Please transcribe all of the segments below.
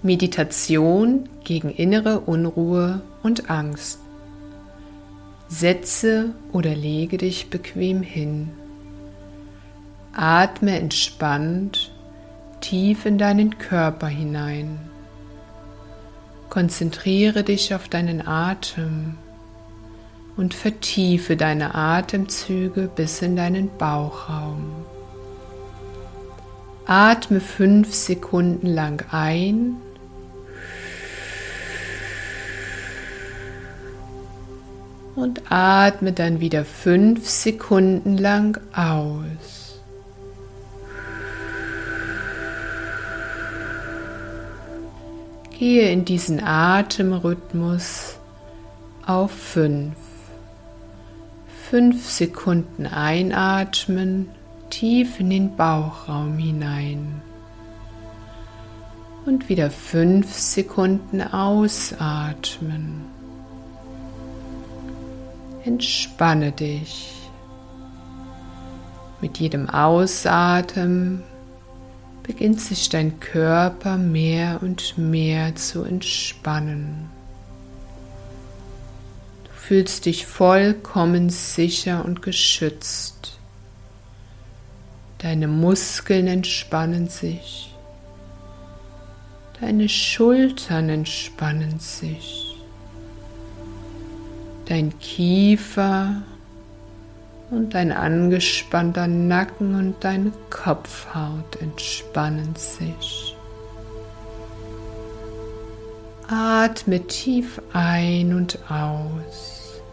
Meditation gegen innere Unruhe und Angst. Setze oder lege dich bequem hin. Atme entspannt tief in deinen Körper hinein. Konzentriere dich auf deinen Atem und vertiefe deine Atemzüge bis in deinen Bauchraum. Atme 5 Sekunden lang ein und atme dann wieder 5 Sekunden lang aus. Gehe in diesen Atemrhythmus auf 5. 5 Sekunden einatmen, tief in den Bauchraum hinein. Und wieder 5 Sekunden ausatmen. Entspanne dich. Mit jedem Ausatmen beginnt sich dein Körper mehr und mehr zu entspannen. Du fühlst dich vollkommen sicher und geschützt. Deine Muskeln entspannen sich. Deine Schultern entspannen sich. Dein Kiefer und dein angespannter Nacken und deine Kopfhaut entspannen sich. Atme tief ein und aus.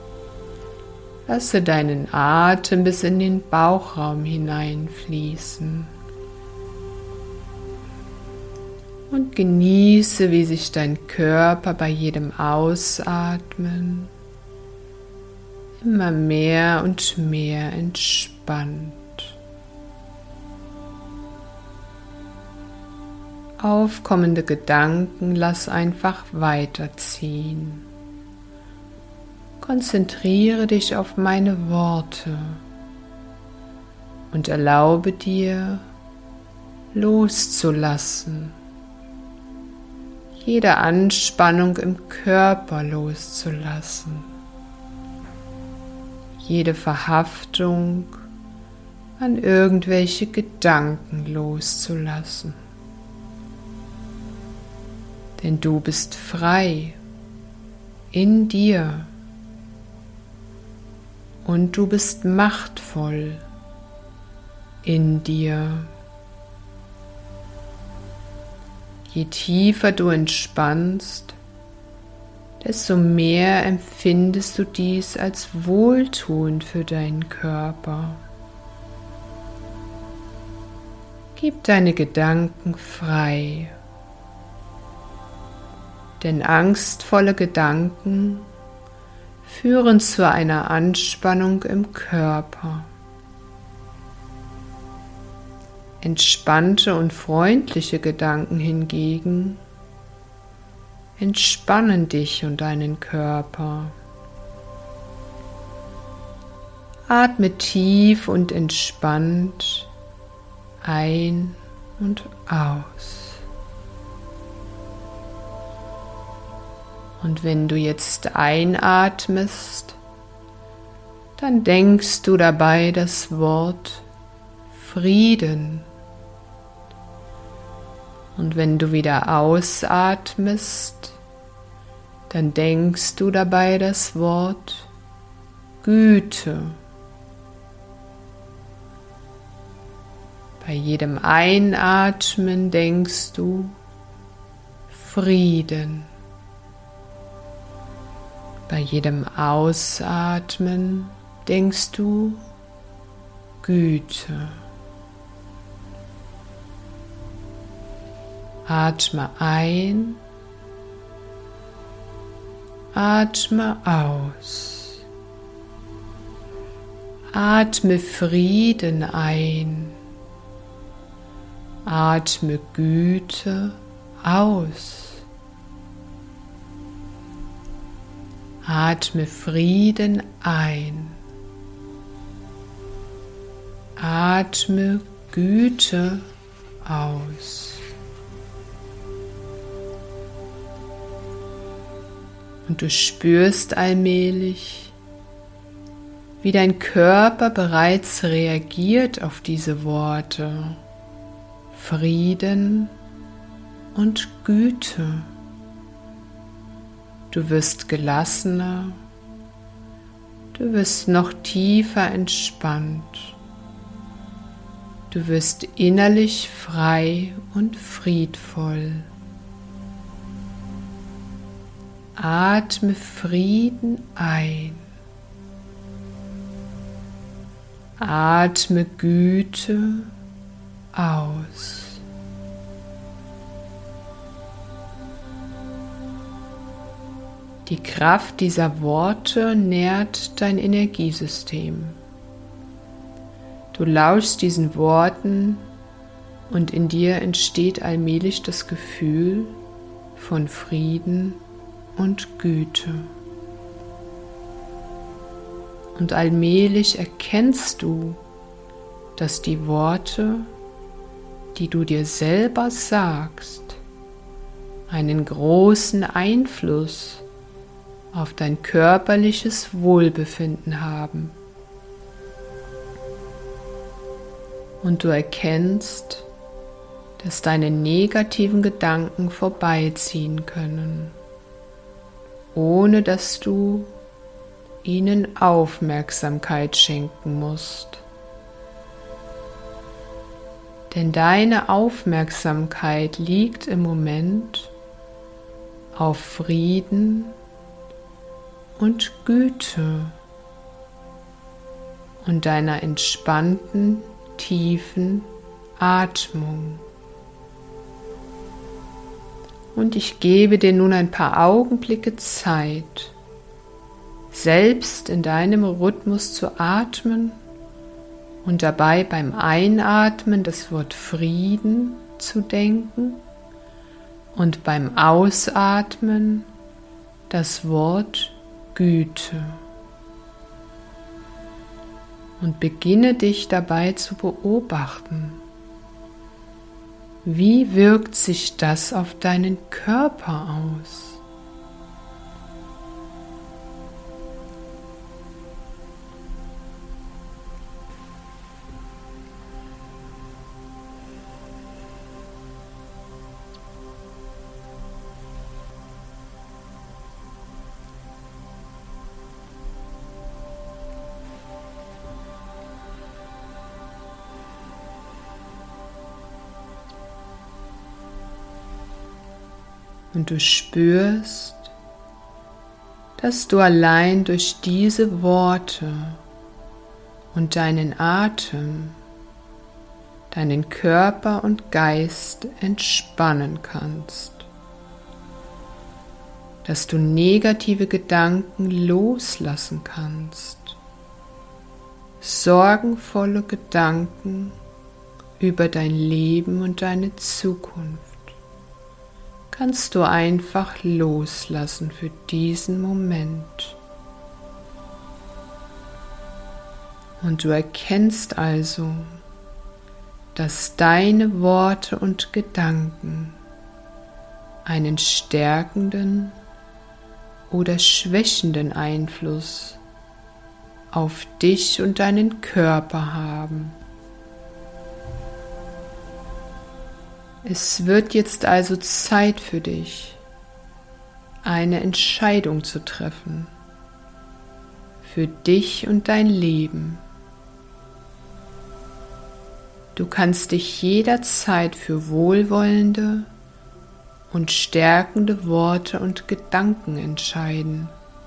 Lasse deinen Atem bis in den Bauchraum hineinfließen. Und genieße, wie sich dein Körper bei jedem Ausatmen immer mehr und mehr entspannt. Aufkommende Gedanken lass einfach weiterziehen. Konzentriere dich auf meine Worte und erlaube dir, loszulassen. Jede Anspannung im Körper loszulassen. Jede Verhaftung an irgendwelche Gedanken loszulassen. Denn du bist frei in dir und du bist machtvoll in dir. Je tiefer du entspannst, desto mehr empfindest du dies als wohltuend für deinen Körper. Gib deine Gedanken frei, denn angstvolle Gedanken führen zu einer Anspannung im Körper. Entspannte und freundliche Gedanken hingegen entspannen dich und deinen Körper. Atme tief und entspannt ein und aus. Und wenn du jetzt einatmest, dann denkst du dabei das Wort Frieden. Und wenn du wieder ausatmest, dann denkst du dabei das Wort Güte. Bei jedem Einatmen denkst du Frieden. Bei jedem Ausatmen denkst du Güte. Atme ein, atme aus. Atme Frieden ein, atme Güte aus. Atme Frieden ein, atme Güte aus. Und du spürst allmählich, wie dein Körper bereits reagiert auf diese Worte. Frieden und Güte. Du wirst gelassener, du wirst noch tiefer entspannt. Du wirst innerlich frei und friedvoll. Atme Frieden ein. Atme Güte aus. Die Kraft dieser Worte nährt dein Energiesystem. Du lauschst diesen Worten und in dir entsteht allmählich das Gefühl von Frieden und Güte. Und allmählich erkennst du, dass die Worte, die du dir selber sagst, einen großen Einfluss auf dein körperliches Wohlbefinden haben. Und du erkennst, dass deine negativen Gedanken vorbeiziehen können, ohne dass du ihnen Aufmerksamkeit schenken musst. Denn deine Aufmerksamkeit liegt im Moment auf Frieden und Güte und deiner entspannten, tiefen Atmung. Und ich gebe dir nun ein paar Augenblicke Zeit, selbst in deinem Rhythmus zu atmen und dabei beim Einatmen das Wort Frieden zu denken und beim Ausatmen das Wort Güte. Und beginne dich dabei zu beobachten. Wie wirkt sich das auf deinen Körper aus? Und du spürst, dass du allein durch diese Worte und deinen Atem deinen Körper und Geist entspannen kannst, dass du negative Gedanken loslassen kannst, sorgenvolle Gedanken über dein Leben und deine Zukunft kannst du einfach loslassen für diesen Moment. Und du erkennst also, dass deine Worte und Gedanken einen stärkenden oder schwächenden Einfluss auf dich und deinen Körper haben. Es wird jetzt also Zeit für dich, eine Entscheidung zu treffen, für dich und dein Leben. Du kannst dich jederzeit für wohlwollende und stärkende Worte und Gedanken entscheiden.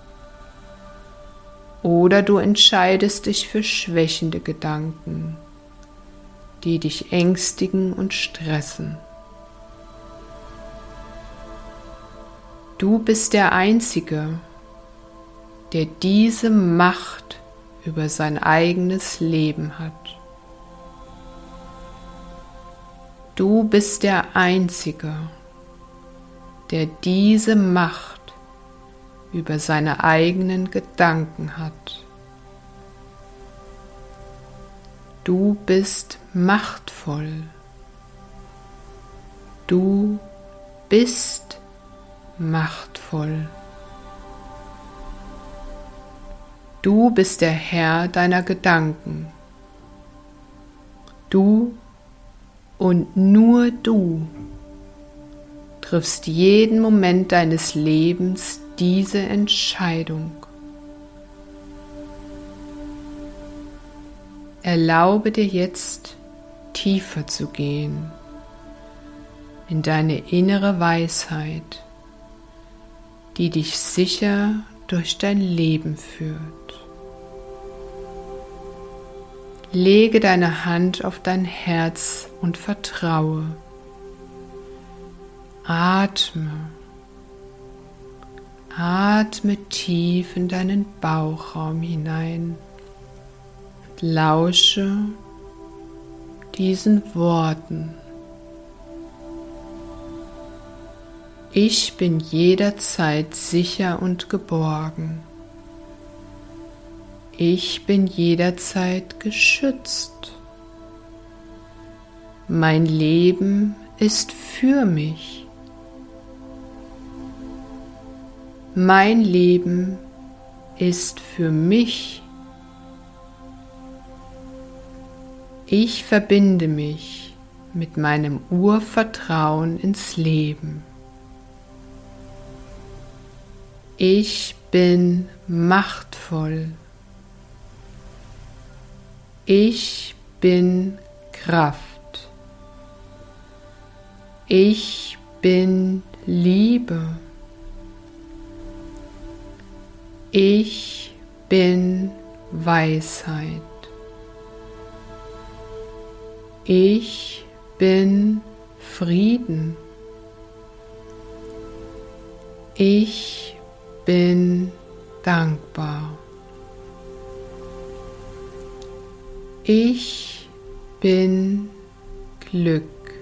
Oder du entscheidest dich für schwächende Gedanken, die dich ängstigen und stressen. Du bist der Einzige, der diese Macht über sein eigenes Leben hat. Du bist der Einzige, der diese Macht über seine eigenen Gedanken hat. Du bist machtvoll. Du bist machtvoll. Du bist der Herr deiner Gedanken. Du und nur du triffst jeden Moment deines Lebens diese Entscheidung. Erlaube dir jetzt, tiefer zu gehen in deine innere Weisheit, die dich sicher durch dein Leben führt. Lege deine Hand auf dein Herz und vertraue. Atme. Atme tief in deinen Bauchraum hinein und lausche diesen Worten. Ich bin jederzeit sicher und geborgen. Ich bin jederzeit geschützt. Mein Leben ist für mich. Mein Leben ist für mich. Ich verbinde mich mit meinem Urvertrauen ins Leben. Ich bin machtvoll. Ich bin Kraft. Ich bin Liebe. Ich bin Weisheit. Ich bin Frieden. Ich bin dankbar. Ich bin Glück.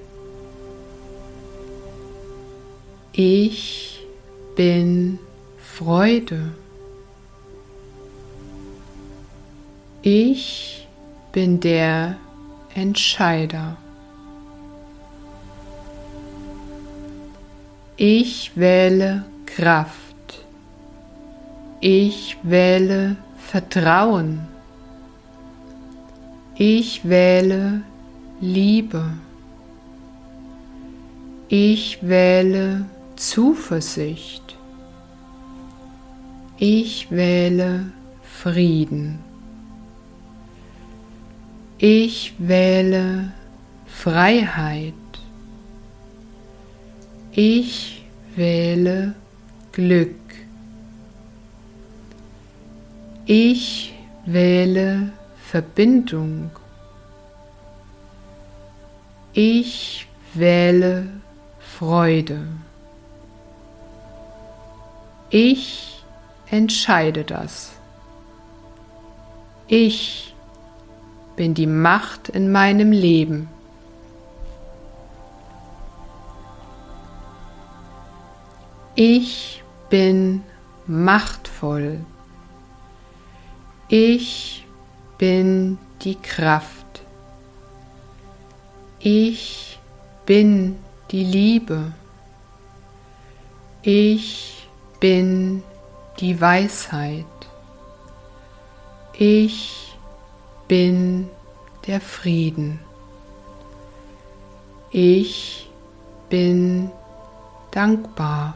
Ich bin Freude. Ich bin der Entscheider. Ich wähle Kraft. Ich wähle Vertrauen. Ich wähle Liebe. Ich wähle Zuversicht. Ich wähle Frieden. Ich wähle Freiheit. Ich wähle Glück. Ich wähle Verbindung. Ich wähle Freude. Ich entscheide das. Ich bin die Macht in meinem Leben. Ich bin machtvoll. Ich bin die Kraft. Ich bin die Liebe. Ich bin die Weisheit. Ich bin der Frieden. Ich bin dankbar.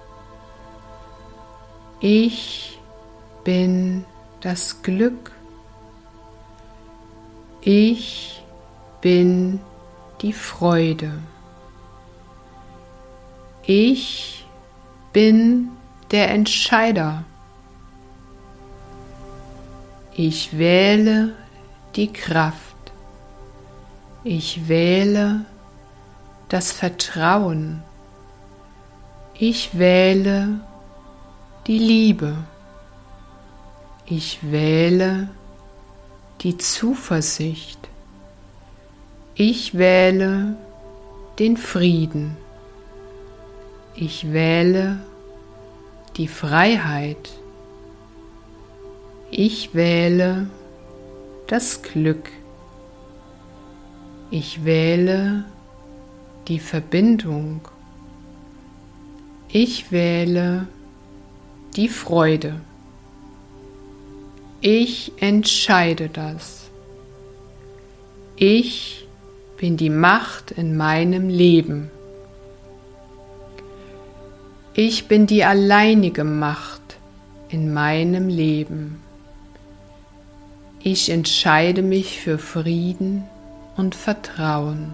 Ich bin das Glück. Ich bin die Freude. Ich bin der Entscheider. Ich wähle die Kraft. Ich wähle das Vertrauen. Ich wähle die Liebe. Ich wähle die Zuversicht. Ich wähle den Frieden. Ich wähle die Freiheit. Ich wähle das Glück. Ich wähle die Verbindung. Ich wähle die Freude. Ich entscheide das. Ich bin die Macht in meinem Leben. Ich bin die alleinige Macht in meinem Leben. Ich entscheide mich für Frieden und Vertrauen.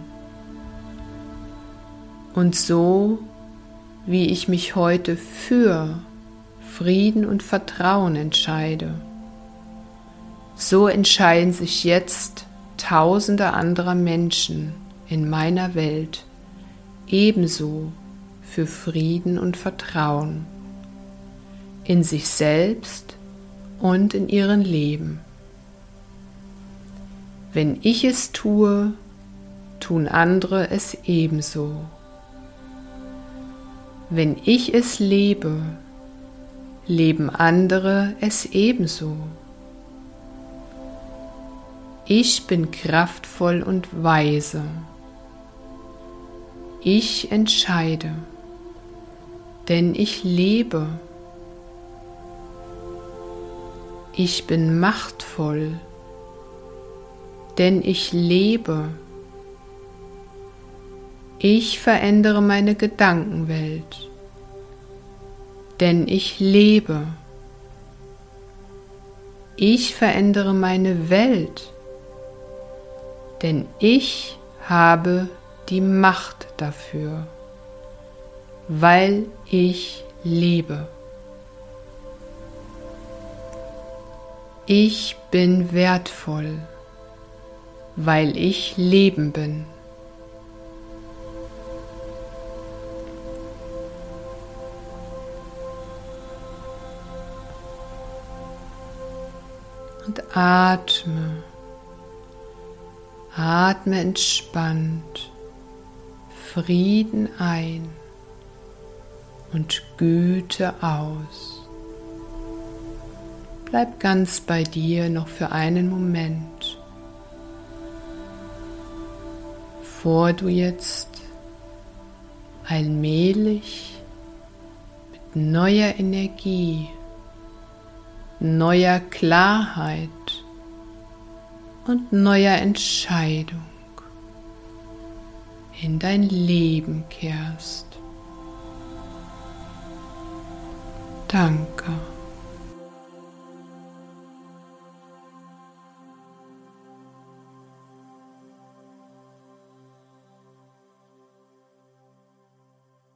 Und so, wie ich mich heute für Frieden und Vertrauen entscheide, so entscheiden sich jetzt Tausende anderer Menschen in meiner Welt ebenso für Frieden und Vertrauen in sich selbst und in ihrem Leben. Wenn ich es tue, tun andere es ebenso. Wenn ich es lebe, leben andere es ebenso. Ich bin kraftvoll und weise. Ich entscheide, denn ich lebe. Ich bin machtvoll, denn ich lebe. Ich verändere meine Gedankenwelt, denn ich lebe. Ich verändere meine Welt, denn ich habe die Macht dafür, weil ich lebe. Ich bin wertvoll, weil ich Leben bin. Und atme entspannt Frieden ein und Güte aus. Bleib ganz bei dir noch für einen Moment, bevor du jetzt allmählich mit neuer Energie, neuer Klarheit und neuer Entscheidung in dein Leben kehrst. Danke.